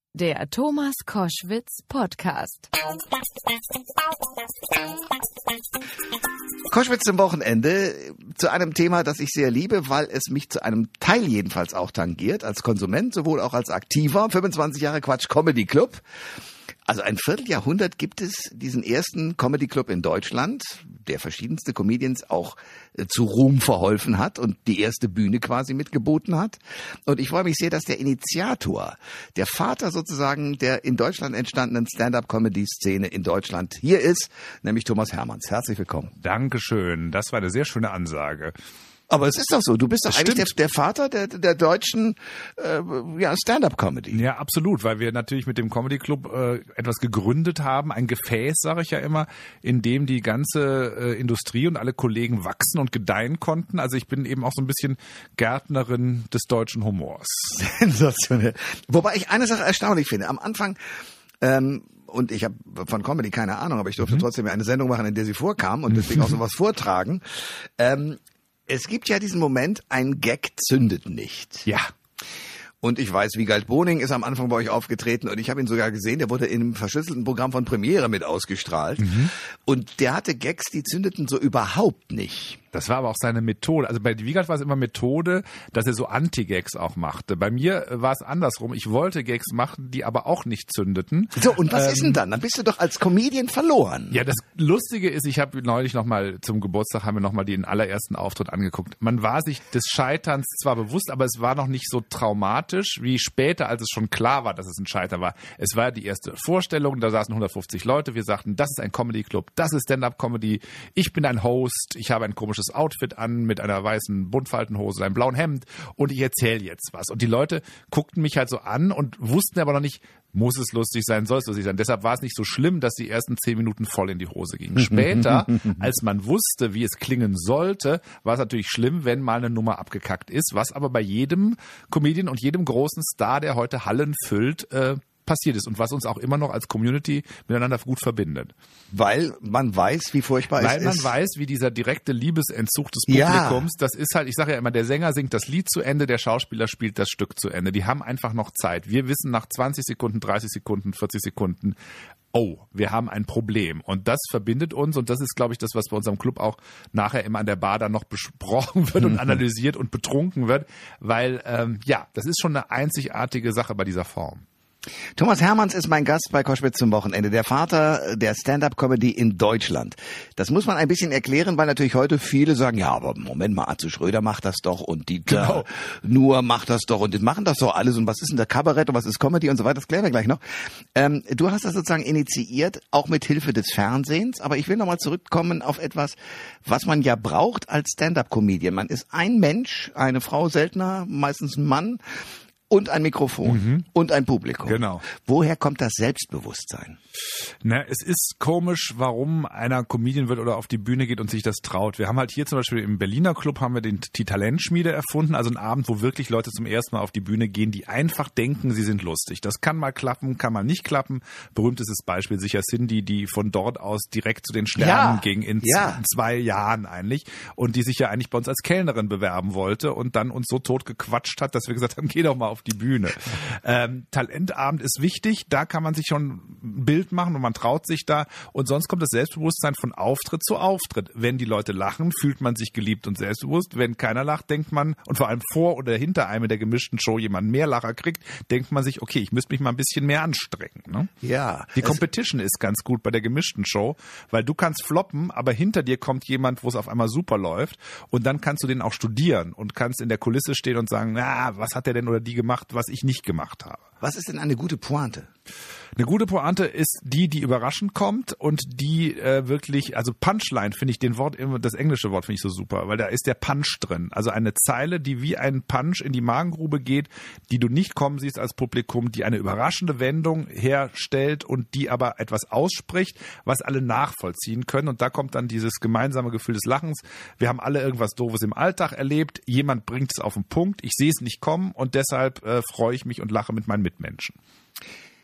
Der Thomas Koschwitz Podcast. Koschwitz zum Wochenende zu einem Thema, das ich sehr liebe, weil es mich zu einem Teil jedenfalls auch tangiert, als Konsument, sowohl auch als Aktiver. 25 Jahre Quatsch Comedy Club. Also ein Vierteljahrhundert gibt es diesen ersten Comedy Club in Deutschland, der verschiedenste Comedians auch zu Ruhm verholfen hat und die erste Bühne quasi mitgeboten hat. Und ich freue mich sehr, dass der Initiator, der Vater sozusagen der in Deutschland entstandenen Stand-up-Comedy-Szene in Deutschland hier ist, nämlich Thomas Hermanns. Herzlich willkommen. Dankeschön, das war eine sehr schöne Ansage. Aber es ist doch so, du bist doch eigentlich der Vater der deutschen Stand-up-Comedy. Ja, absolut, weil wir natürlich mit dem Comedy Club etwas gegründet haben, ein Gefäß, sage ich ja immer, in dem die ganze Industrie und alle Kollegen wachsen und gedeihen konnten. Also ich bin eben auch so ein bisschen Gärtnerin des deutschen Humors. Sensationell. Wobei ich eine Sache erstaunlich finde. Am Anfang und ich habe von Comedy keine Ahnung, aber ich durfte trotzdem eine Sendung machen, in der sie vorkam und deswegen auch sowas vortragen. Es gibt ja diesen Moment, ein Gag zündet nicht. Ja. Und ich weiß, Wiegald Boning ist am Anfang bei euch aufgetreten und ich habe ihn sogar gesehen, der wurde in einem verschlüsselten Programm von Premiere mit ausgestrahlt. Und der hatte Gags, die zündeten so überhaupt nicht. Das war aber auch seine Methode. Also bei Wiegald war es immer Methode, dass er so Anti-Gags auch machte. Bei mir war es andersrum. Ich wollte Gags machen, die aber auch nicht zündeten. So, und was ist denn dann? Dann bist du doch als Comedian verloren. Ja, das Lustige ist, ich habe neulich nochmal zum Geburtstag, haben wir nochmal den allerersten Auftritt angeguckt. Man war sich des Scheiterns zwar bewusst, aber es war noch nicht so traumatisch wie später, als es schon klar war, dass es ein Scheitern war. Es war die erste Vorstellung, da saßen 150 Leute. Wir sagten, das ist ein Comedy-Club, das ist Stand-up-Comedy. Ich bin ein Host, ich habe ein komisches Outfit an mit einer weißen Buntfaltenhose, einem blauen Hemd und ich erzähle jetzt was. Und die Leute guckten mich halt so an und wussten aber noch nicht, muss es lustig sein, soll es lustig sein. Deshalb war es nicht so schlimm, dass die ersten 10 Minuten voll in die Hose gingen. Später, als man wusste, wie es klingen sollte, war es natürlich schlimm, wenn mal eine Nummer abgekackt ist, was aber bei jedem Comedian und jedem großen Star, der heute Hallen füllt, passiert ist und was uns auch immer noch als Community miteinander gut verbindet. Weil man weiß, wie furchtbar es ist. Weil man weiß, wie dieser direkte Liebesentzug des Publikums, das ist halt, ich sage ja immer, der Sänger singt das Lied zu Ende, der Schauspieler spielt das Stück zu Ende. Die haben einfach noch Zeit. Wir wissen nach 20 Sekunden, 30 Sekunden, 40 Sekunden, oh, wir haben ein Problem. Und das verbindet uns und das ist, glaube ich, das, was bei unserem Club auch nachher immer an der Bar dann noch besprochen wird und analysiert und betrunken wird, weil, das ist schon eine einzigartige Sache bei dieser Form. Thomas Hermanns ist mein Gast bei Koschwitz zum Wochenende, der Vater der Stand-up-Comedy in Deutschland. Das muss man ein bisschen erklären, weil natürlich heute viele sagen, ja, aber Moment mal, Atze Schröder macht das doch und Dieter Nuhr macht das doch und die machen das doch alles und was ist denn der Kabarett und was ist Comedy und so weiter, das klären wir gleich noch. Du hast das sozusagen initiiert, auch mit Hilfe des Fernsehens, aber ich will nochmal zurückkommen auf etwas, was man ja braucht als Stand-up-Comedian. Man ist ein Mensch, eine Frau seltener, meistens ein Mann, und ein Mikrofon und ein Publikum. Genau. Woher kommt das Selbstbewusstsein? Na, es ist komisch, warum einer Comedian wird oder auf die Bühne geht und sich das traut. Wir haben halt hier zum Beispiel im Berliner Club haben wir die Talentschmiede erfunden, also einen Abend, wo wirklich Leute zum ersten Mal auf die Bühne gehen, die einfach denken, sie sind lustig. Das kann mal klappen, kann mal nicht klappen. Berühmtestes Beispiel sicher Cindy, die von dort aus direkt zu den Sternen ging in 2 Jahren eigentlich und die sich ja eigentlich bei uns als Kellnerin bewerben wollte und dann uns so tot gequatscht hat, dass wir gesagt haben, geh doch mal auf die Bühne. Talentabend ist wichtig, da kann man sich schon ein Bild machen und man traut sich da und sonst kommt das Selbstbewusstsein von Auftritt zu Auftritt. Wenn die Leute lachen, fühlt man sich geliebt und selbstbewusst. Wenn keiner lacht, denkt man, und vor allem vor oder hinter einem in der gemischten Show jemand mehr Lacher kriegt, denkt man sich, okay, ich müsste mich mal ein bisschen mehr anstrengen. Ne? Ja. Die Competition ist ganz gut bei der gemischten Show, weil du kannst floppen, aber hinter dir kommt jemand, wo es auf einmal super läuft und dann kannst du den auch studieren und kannst in der Kulisse stehen und sagen, was hat der denn oder die gemacht, was ich nicht gemacht habe. Was ist denn eine gute Pointe? Eine gute Pointe ist die überraschend kommt und die wirklich, also Punchline finde ich das englische Wort finde ich so super, weil da ist der Punch drin. Also eine Zeile, die wie ein Punch in die Magengrube geht, die du nicht kommen siehst als Publikum, die eine überraschende Wendung herstellt und die aber etwas ausspricht, was alle nachvollziehen können. Und da kommt dann dieses gemeinsame Gefühl des Lachens. Wir haben alle irgendwas Doofes im Alltag erlebt. Jemand bringt es auf den Punkt. Ich sehe es nicht kommen und deshalb freue ich mich und lache mit meinen Mitmenschen.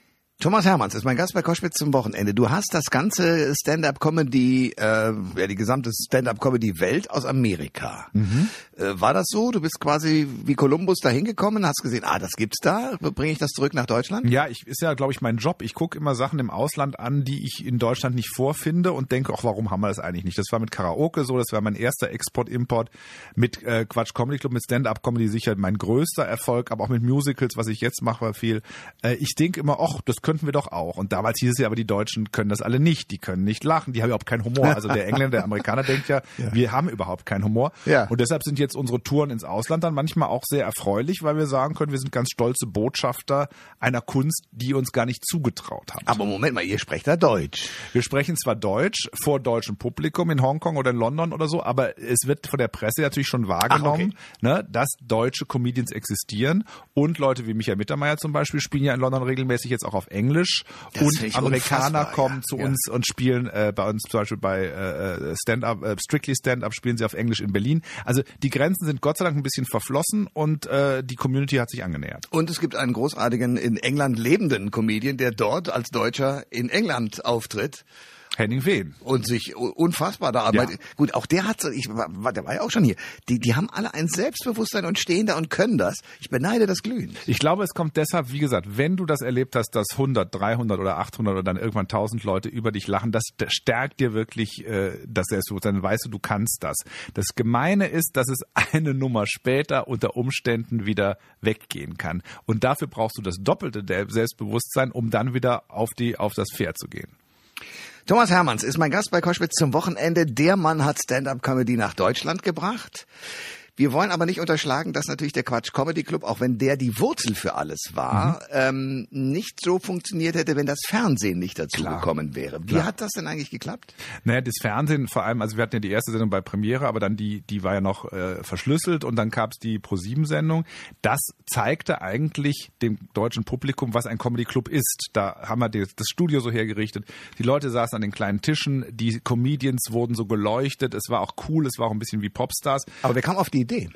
Thomas Hermanns ist mein Gast bei Koschwitz zum Wochenende. Du hast das ganze Stand-up-Comedy, die gesamte Stand-up-Comedy-Welt aus Amerika. War das so? Du bist quasi wie Kolumbus da hingekommen, hast gesehen, das gibt's da, bringe ich das zurück nach Deutschland? Ja, ist ja, glaube ich, mein Job. Ich gucke immer Sachen im Ausland an, die ich in Deutschland nicht vorfinde und denke, warum haben wir das eigentlich nicht? Das war mit Karaoke so, das war mein erster Export-Import, mit Quatsch Comedy Club, mit Stand-up-Comedy sicher mein größter Erfolg, aber auch mit Musicals, was ich jetzt mache, war viel. Ich denke immer, das könnten wir doch auch. Und damals hieß es ja, aber die Deutschen können das alle nicht. Die können nicht lachen, die haben überhaupt keinen Humor. Also der Engländer, der Amerikaner denkt ja, wir haben überhaupt keinen Humor. Ja. Und deshalb sind jetzt unsere Touren ins Ausland dann manchmal auch sehr erfreulich, weil wir sagen können, wir sind ganz stolze Botschafter einer Kunst, die uns gar nicht zugetraut hat. Aber Moment mal, ihr sprecht da Deutsch. Wir sprechen zwar Deutsch vor deutschem Publikum in Hongkong oder in London oder so, aber es wird von der Presse natürlich schon wahrgenommen, dass deutsche Comedians existieren und Leute wie Michael Mittermeier zum Beispiel spielen ja in London regelmäßig jetzt auch auf Englisch und Amerikaner kommen zu uns und spielen bei uns zum Beispiel bei Strictly Stand-Up spielen sie auf Englisch in Berlin. Also die Grenzen sind Gott sei Dank ein bisschen verflossen und die Community hat sich angenähert. Und es gibt einen großartigen in England lebenden Comedian, der dort als Deutscher in England auftritt. Henning Fehn. Und sich unfassbar da arbeitet. Ja. Gut, auch der hat so, der war ja auch schon hier. Die haben alle ein Selbstbewusstsein und stehen da und können das. Ich beneide das glühend. Ich glaube, es kommt deshalb, wie gesagt, wenn du das erlebt hast, dass 100, 300 oder 800 oder dann irgendwann 1000 Leute über dich lachen, das stärkt dir wirklich das Selbstbewusstsein. Dann weißt du kannst das. Das Gemeine ist, dass es eine Nummer später unter Umständen wieder weggehen kann. Und dafür brauchst du das Doppelte der Selbstbewusstsein, um dann wieder auf das Pferd zu gehen. Thomas Hermanns ist mein Gast bei Koschwitz zum Wochenende. Der Mann hat Stand-up-Comedy nach Deutschland gebracht. Wir wollen aber nicht unterschlagen, dass natürlich der Quatsch Comedy Club, auch wenn der die Wurzel für alles war, nicht so funktioniert hätte, wenn das Fernsehen nicht dazu gekommen wäre. Wie hat das denn eigentlich geklappt? Naja, das Fernsehen vor allem, also wir hatten ja die erste Sendung bei Premiere, aber dann die war ja noch verschlüsselt und dann gab es die Pro7-Sendung. Das zeigte eigentlich dem deutschen Publikum, was ein Comedy Club ist. Da haben wir das Studio so hergerichtet. Die Leute saßen an den kleinen Tischen, die Comedians wurden so geleuchtet. Es war auch cool, es war auch ein bisschen wie Popstars. Aber wer kam auf die Idee?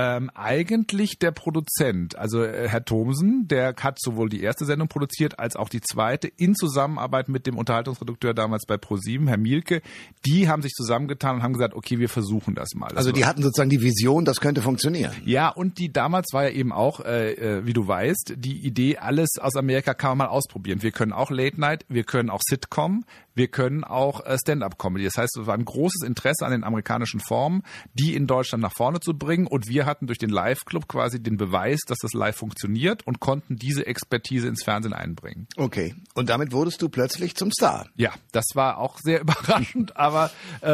Eigentlich der Produzent, also Herr Thomsen, der hat sowohl die erste Sendung produziert als auch die zweite in Zusammenarbeit mit dem Unterhaltungsredakteur damals bei Pro7, Herr Mielke. Die haben sich zusammengetan und haben gesagt, okay, wir versuchen das mal. Also die hatten sozusagen die Vision, das könnte funktionieren. Ja, und die damals war ja eben auch, wie du weißt, die Idee, alles aus Amerika kann man mal ausprobieren. Wir können auch Late Night, wir können auch Sitcom, wir können auch Stand-up-Comedy. Das heißt, es war ein großes Interesse an den amerikanischen Formen, die in Deutschland nach vorne zu bringen. Und wir hatten durch den Live-Club quasi den Beweis, dass das live funktioniert und konnten diese Expertise ins Fernsehen einbringen. Okay. Und damit wurdest du plötzlich zum Star. Ja, das war auch sehr überraschend, aber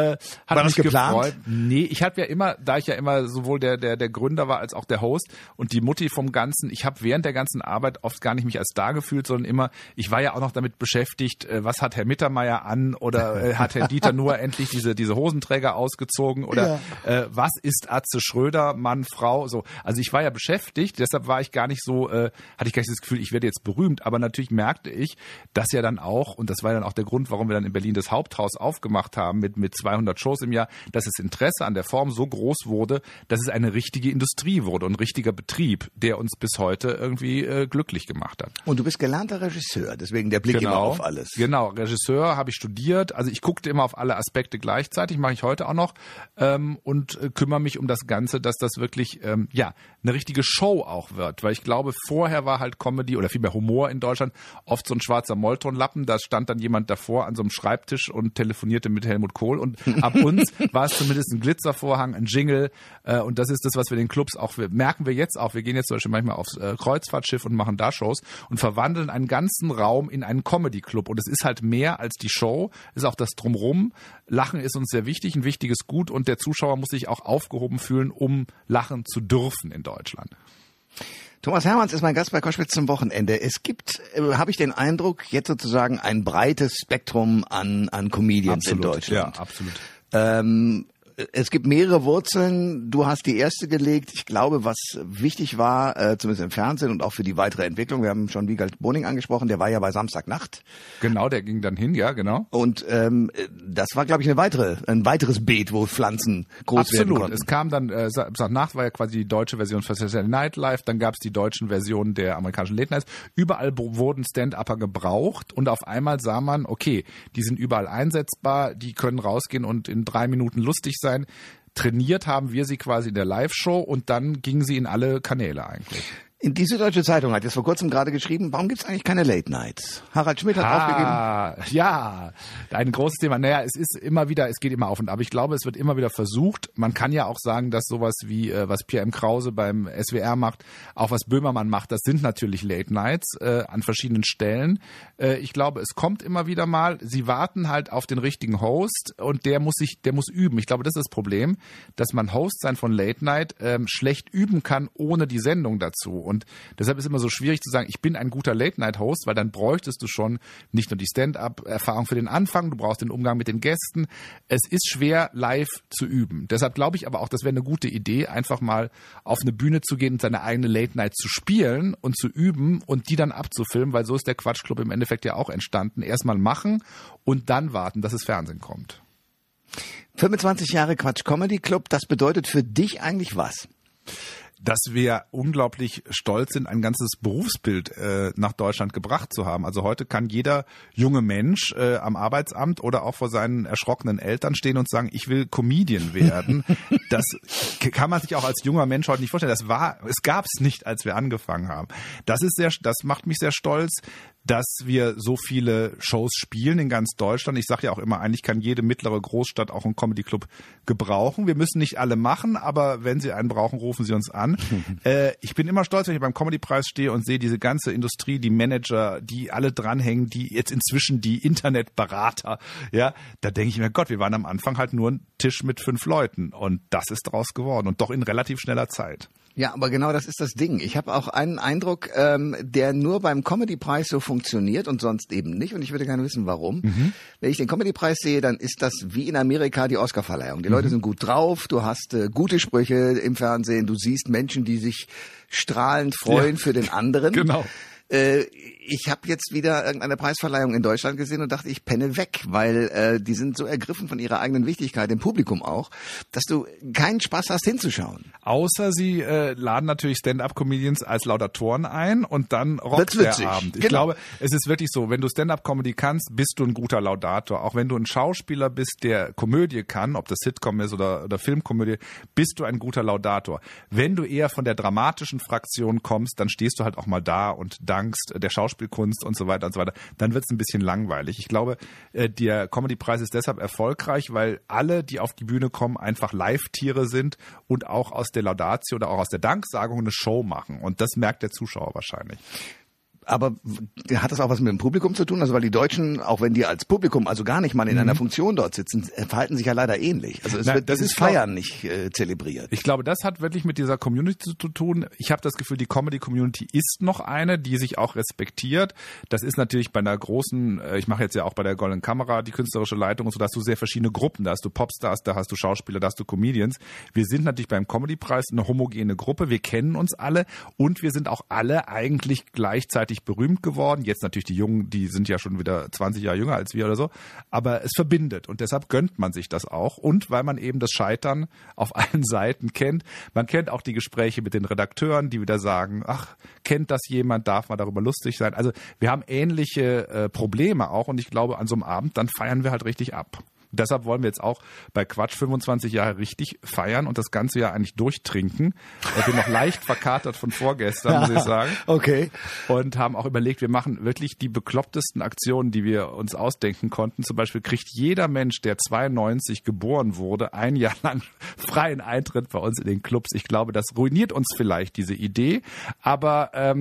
hat mich gefreut. Nee, ich habe ja immer, da ich ja immer sowohl der Gründer war als auch der Host und die Mutti vom Ganzen, ich habe während der ganzen Arbeit oft gar nicht mich als Star gefühlt, sondern immer, ich war ja auch noch damit beschäftigt, was hat Herr Mittermeier an oder hat Herr Dieter nur endlich diese Hosenträger ausgezogen oder was ist Atze Schröder, Mann, Frau, so. Also ich war ja beschäftigt, deshalb war ich gar nicht so, hatte ich gar nicht das Gefühl, ich werde jetzt berühmt, aber natürlich merkte ich, dass ja dann auch, und das war dann auch der Grund, warum wir dann in Berlin das Haupthaus aufgemacht haben mit 200 Shows im Jahr, dass das Interesse an der Form so groß wurde, dass es eine richtige Industrie wurde und ein richtiger Betrieb, der uns bis heute irgendwie glücklich gemacht hat. Und du bist gelernter Regisseur, deswegen der Blick immer auf alles. Genau, Regisseur habe ich studiert, also ich guckte immer auf alle Aspekte gleichzeitig, mache ich heute auch noch und kümmere mich um das Ganze, dass das wirklich eine richtige Show auch wird, weil ich glaube, vorher war halt Comedy oder vielmehr Humor in Deutschland oft so ein schwarzer Molltonlappen, da stand dann jemand davor an so einem Schreibtisch und telefonierte mit Helmut Kohl und ab uns war es zumindest ein Glitzervorhang, ein Jingle und das ist das, was wir den Clubs auch, merken wir jetzt auch, wir gehen jetzt zum Beispiel manchmal aufs Kreuzfahrtschiff und machen da Shows und verwandeln einen ganzen Raum in einen Comedy-Club und es ist halt mehr als die Show, ist auch das Drumrum, Lachen ist uns sehr wichtig, ein wichtiges Gut und der Zuschauer muss sich auch aufgehoben fühlen, um lachen zu dürfen in Deutschland. Thomas Hermanns ist mein Gast bei Koschwitz zum Wochenende. Es gibt, habe ich den Eindruck, jetzt sozusagen ein breites Spektrum an Comedians in Deutschland. Ja, absolut. es gibt mehrere Wurzeln. Du hast die erste gelegt. Ich glaube, was wichtig war, zumindest im Fernsehen und auch für die weitere Entwicklung, wir haben schon Wiegald Boning angesprochen, der war ja bei Samstagnacht. Genau, der ging dann hin, ja, genau. Und das war, glaube ich, ein weiteres Beet, wo Pflanzen groß werden konnten. Es kam dann, Samstagnacht war ja quasi die deutsche Version von Saturday Night Live, dann gab es die deutschen Versionen der amerikanischen Late Nights. Überall wurden Stand-Upper gebraucht und auf einmal sah man, okay, die sind überall einsetzbar, die können rausgehen und in 3 Minuten lustig sein. Trainiert haben wir sie quasi in der Live-Show und dann gingen sie in alle Kanäle eigentlich. In die Süddeutsche Zeitung hat jetzt vor kurzem gerade geschrieben, warum gibt's eigentlich keine Late Nights? Harald Schmidt hat aufgegeben. Ja, ein großes Thema. Naja, es geht immer auf und ab. Ich glaube, es wird immer wieder versucht. Man kann ja auch sagen, dass sowas wie, was Pierre M. Krause beim SWR macht, auch was Böhmermann macht, das sind natürlich Late Nights an verschiedenen Stellen. Ich glaube, es kommt immer wieder mal. Sie warten halt auf den richtigen Host und der muss üben. Ich glaube, das ist das Problem, dass man Host sein von Late Night schlecht üben kann, ohne die Sendung dazu. Und deshalb ist immer so schwierig zu sagen, ich bin ein guter Late-Night-Host, weil dann bräuchtest du schon nicht nur die Stand-up-Erfahrung für den Anfang, du brauchst den Umgang mit den Gästen. Es ist schwer, live zu üben. Deshalb glaube ich aber auch, das wäre eine gute Idee, einfach mal auf eine Bühne zu gehen und seine eigene Late-Night zu spielen und zu üben und die dann abzufilmen, weil so ist der Quatschclub im Endeffekt ja auch entstanden. Erstmal machen und dann warten, dass das Fernsehen kommt. 25 Jahre Quatsch Comedy Club, das bedeutet für dich eigentlich was? Dass wir unglaublich stolz sind, ein ganzes Berufsbild nach Deutschland gebracht zu haben. Also heute kann jeder junge Mensch am Arbeitsamt oder auch vor seinen erschrockenen Eltern stehen und sagen, ich will Comedian werden. Das kann man sich auch als junger Mensch heute nicht vorstellen. Es gab es nicht, als wir angefangen haben. Das macht mich sehr stolz, dass wir so viele Shows spielen in ganz Deutschland. Ich sage ja auch immer, eigentlich kann jede mittlere Großstadt auch einen Comedy-Club gebrauchen. Wir müssen nicht alle machen, aber wenn Sie einen brauchen, rufen Sie uns an. Ich bin immer stolz, wenn ich beim Comedy-Preis stehe und sehe diese ganze Industrie, die Manager, die alle dranhängen, die jetzt inzwischen die Internetberater, ja, da denke ich mir, Gott, wir waren am Anfang halt nur ein Tisch mit 5 Leuten und das ist draus geworden und doch in relativ schneller Zeit. Ja, aber genau das ist das Ding. Ich habe auch einen Eindruck, der nur beim Comedy-Preis so funktioniert und sonst eben nicht. Und ich würde gerne wissen, warum. Wenn ich den Comedy-Preis sehe, dann ist das wie in Amerika die Oscar-Verleihung. Die Leute sind gut drauf, du hast gute Sprüche im Fernsehen, du siehst Menschen, die sich strahlend freuen für den anderen. Genau. Ich habe jetzt wieder irgendeine Preisverleihung in Deutschland gesehen und dachte, ich penne weg, weil die sind so ergriffen von ihrer eigenen Wichtigkeit, im Publikum auch, dass du keinen Spaß hast hinzuschauen. Außer sie laden natürlich Stand-up-Comedians als Laudatoren ein und dann rockt der Abend. Ich glaube, es ist wirklich so, wenn du Stand-up-Comedy kannst, bist du ein guter Laudator. Auch wenn du ein Schauspieler bist, der Komödie kann, ob das Sitcom ist oder Filmkomödie, bist du ein guter Laudator. Wenn du eher von der dramatischen Fraktion kommst, dann stehst du halt auch mal da und dankst der Schauspielkunst und so weiter, dann wird es ein bisschen langweilig. Ich glaube, der Comedy-Preis ist deshalb erfolgreich, weil alle, die auf die Bühne kommen, einfach Live-Tiere sind und auch aus der Laudatio oder auch aus der Danksagung eine Show machen. Und das merkt der Zuschauer wahrscheinlich. Aber hat das auch was mit dem Publikum zu tun? Also weil die Deutschen, auch wenn die als Publikum also gar nicht mal in einer Funktion dort sitzen, verhalten sich ja leider ähnlich. Also wird dieses Feiern nicht zelebriert. Ich glaube, das hat wirklich mit dieser Community zu tun. Ich habe das Gefühl, die Comedy-Community ist noch eine, die sich auch respektiert. Das ist natürlich bei einer großen, ich mache jetzt ja auch bei der Goldenen Kamera die künstlerische Leitung und so, da hast du sehr verschiedene Gruppen. Da hast du Popstars, da hast du Schauspieler, da hast du Comedians. Wir sind natürlich beim Comedy-Preis eine homogene Gruppe. Wir kennen uns alle und wir sind auch alle eigentlich gleichzeitig berühmt geworden. Jetzt natürlich die Jungen, die sind ja schon wieder 20 Jahre jünger als wir oder so. Aber es verbindet und deshalb gönnt man sich das auch. Und weil man eben das Scheitern auf allen Seiten kennt. Man kennt auch die Gespräche mit den Redakteuren, die wieder sagen, ach, kennt das jemand, darf man darüber lustig sein. Also wir haben ähnliche Probleme auch und ich glaube, an so einem Abend, dann feiern wir halt richtig ab. Deshalb wollen wir jetzt auch bei Quatsch 25 Jahre richtig feiern und das ganze Jahr eigentlich durchtrinken. Ich bin noch leicht verkatert von vorgestern, muss ich sagen. Okay. Und haben auch überlegt, wir machen wirklich die beklopptesten Aktionen, die wir uns ausdenken konnten. Zum Beispiel kriegt jeder Mensch, der 92 geboren wurde, 1 Jahr lang freien Eintritt bei uns in den Clubs. Ich glaube, das ruiniert uns vielleicht, diese Idee. Aber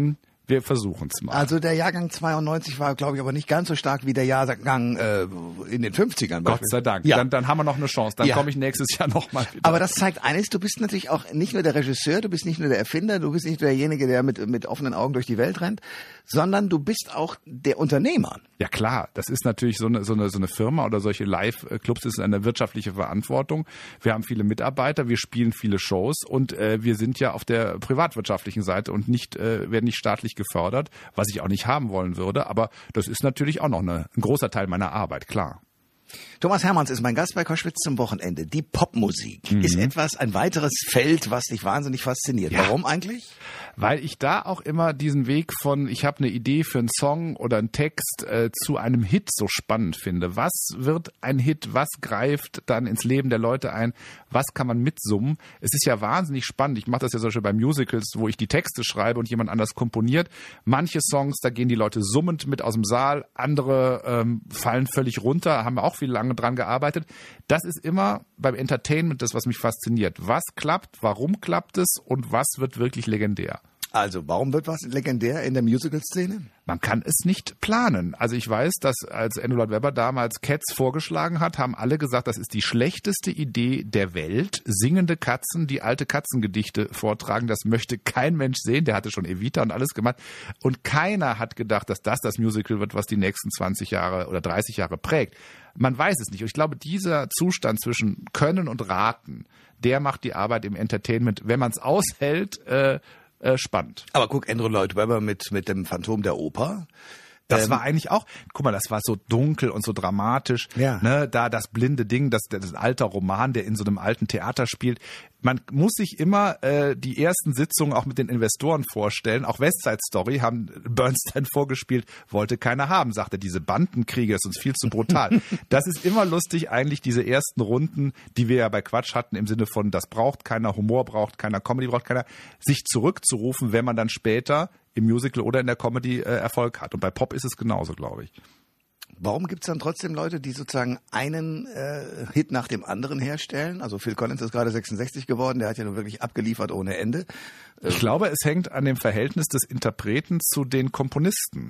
Wir versuchen es mal. Also der Jahrgang 92 war, glaube ich, aber nicht ganz so stark wie der Jahrgang in den 50ern. Gott sei Dank. Ja. Dann haben wir noch eine Chance. Dann komme ich nächstes Jahr nochmal wieder. Aber das zeigt eines, du bist natürlich auch nicht nur der Regisseur, du bist nicht nur der Erfinder, du bist nicht nur derjenige, der mit offenen Augen durch die Welt rennt, sondern du bist auch der Unternehmer. Ja klar, das ist natürlich so eine Firma oder solche Live-Clubs ist eine wirtschaftliche Verantwortung. Wir haben viele Mitarbeiter, wir spielen viele Shows und wir sind ja auf der privatwirtschaftlichen Seite und werden nicht staatlich gefördert, was ich auch nicht haben wollen würde. Aber das ist natürlich auch noch ein großer Teil meiner Arbeit, klar. Thomas Hermanns ist mein Gast bei Koschwitz zum Wochenende. Die Popmusik ist ein weiteres Feld, was dich wahnsinnig fasziniert. Ja. Warum eigentlich? Weil ich da auch immer diesen Weg von, ich habe eine Idee für einen Song oder einen Text zu einem Hit so spannend finde. Was wird ein Hit? Was greift dann ins Leben der Leute ein? Was kann man mitsummen? Es ist ja wahnsinnig spannend. Ich mache das ja zum Beispiel bei Musicals, wo ich die Texte schreibe und jemand anders komponiert. Manche Songs, da gehen die Leute summend mit aus dem Saal. Andere fallen völlig runter, haben wir auch viel lange dran gearbeitet. Das ist immer beim Entertainment das, was mich fasziniert. Was klappt, warum klappt es und was wird wirklich legendär? Also, warum wird was legendär in der Musical-Szene? Man kann es nicht planen. Also ich weiß, dass als Andrew Lloyd Webber damals Cats vorgeschlagen hat, haben alle gesagt, das ist die schlechteste Idee der Welt. Singende Katzen, die alte Katzengedichte vortragen, das möchte kein Mensch sehen. Der hatte schon Evita und alles gemacht. Und keiner hat gedacht, dass das Musical wird, was die nächsten 20 Jahre oder 30 Jahre prägt. Man weiß es nicht. Und ich glaube, dieser Zustand zwischen Können und Raten, der macht die Arbeit im Entertainment, wenn man es aushält, spannend. Aber guck, Andrew Lloyd Webber mit dem Phantom der Oper. Das war eigentlich auch, guck mal, das war so dunkel und so dramatisch. Ja. Ne, da das blinde Ding, das alter Roman, der in so einem alten Theater spielt. Man muss sich immer die ersten Sitzungen auch mit den Investoren vorstellen. Auch West Side Story haben Bernstein vorgespielt, wollte keiner haben, sagte, diese Bandenkriege ist uns viel zu brutal. Das ist immer lustig, eigentlich diese ersten Runden, die wir ja bei Quatsch hatten, im Sinne von, das braucht keiner, Humor braucht keiner, Comedy braucht keiner, sich zurückzurufen, wenn man dann später im Musical oder in der Comedy Erfolg hat. Und bei Pop ist es genauso, glaube ich. Warum gibt's dann trotzdem Leute, die sozusagen einen Hit nach dem anderen herstellen? Also Phil Collins ist gerade 66 geworden, der hat ja nun wirklich abgeliefert ohne Ende. Ich glaube, es hängt an dem Verhältnis des Interpreten zu den Komponisten.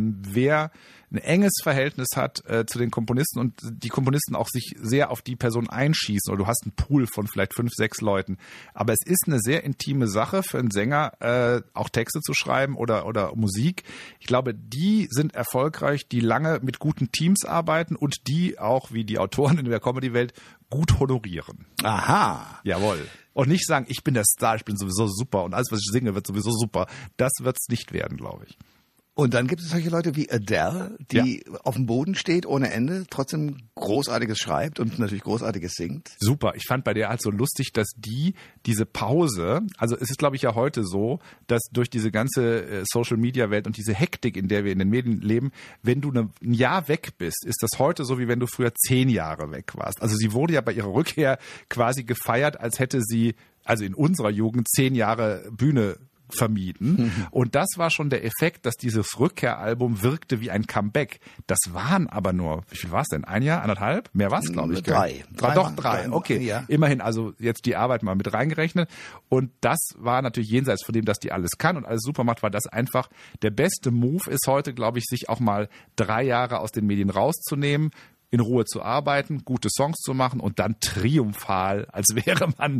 Wer ein enges Verhältnis hat zu den Komponisten und die Komponisten auch sich sehr auf die Person einschießen, oder du hast einen Pool von vielleicht 5, 6 Leuten. Aber es ist eine sehr intime Sache für einen Sänger, auch Texte zu schreiben oder Musik. Ich glaube, die sind erfolgreich, die lange mit guten Teams arbeiten und die auch, wie die Autoren in der Comedy-Welt, gut honorieren. Aha. Jawohl. Und nicht sagen, ich bin der Star, ich bin sowieso super und alles, was ich singe, wird sowieso super. Das wird's nicht werden, glaube ich. Und dann gibt es solche Leute wie Adele, die auf dem Boden steht ohne Ende, trotzdem Großartiges schreibt und natürlich Großartiges singt. Super. Ich fand bei der halt so lustig, dass diese Pause, also es ist, glaube ich, ja heute so, dass durch diese ganze Social-Media-Welt und diese Hektik, in der wir in den Medien leben, wenn du ein Jahr weg bist, ist das heute so, wie wenn du früher 10 Jahre weg warst. Also sie wurde ja bei ihrer Rückkehr quasi gefeiert, als hätte sie, also in unserer Jugend, 10 Jahre Bühne vermieden. Und das war schon der Effekt, dass dieses Rückkehralbum wirkte wie ein Comeback. Das waren aber nur, wie viel war es denn? 1 Jahr, 1,5? Mehr war es, glaube ich. 3. Doch, 3. Okay. Ja. Immerhin also jetzt die Arbeit mal mit reingerechnet. Und das war natürlich jenseits von dem, dass die alles kann und alles super macht, weil das einfach der beste Move ist heute, glaube ich, sich auch mal 3 Jahre aus den Medien rauszunehmen, in Ruhe zu arbeiten, gute Songs zu machen und dann triumphal, als wäre man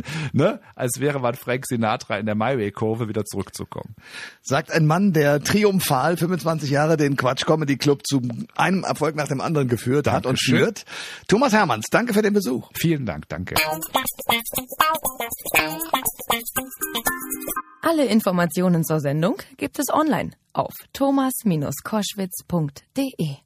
Frank Sinatra in der My-Way-Kurve wieder zurückzukommen. Sagt ein Mann, der triumphal 25 Jahre den Quatsch Comedy Club zu einem Erfolg nach dem anderen geführt hat und führt. Thomas Hermanns, danke für den Besuch. Vielen Dank, danke. Alle Informationen zur Sendung gibt es online auf thomas-koschwitz.de.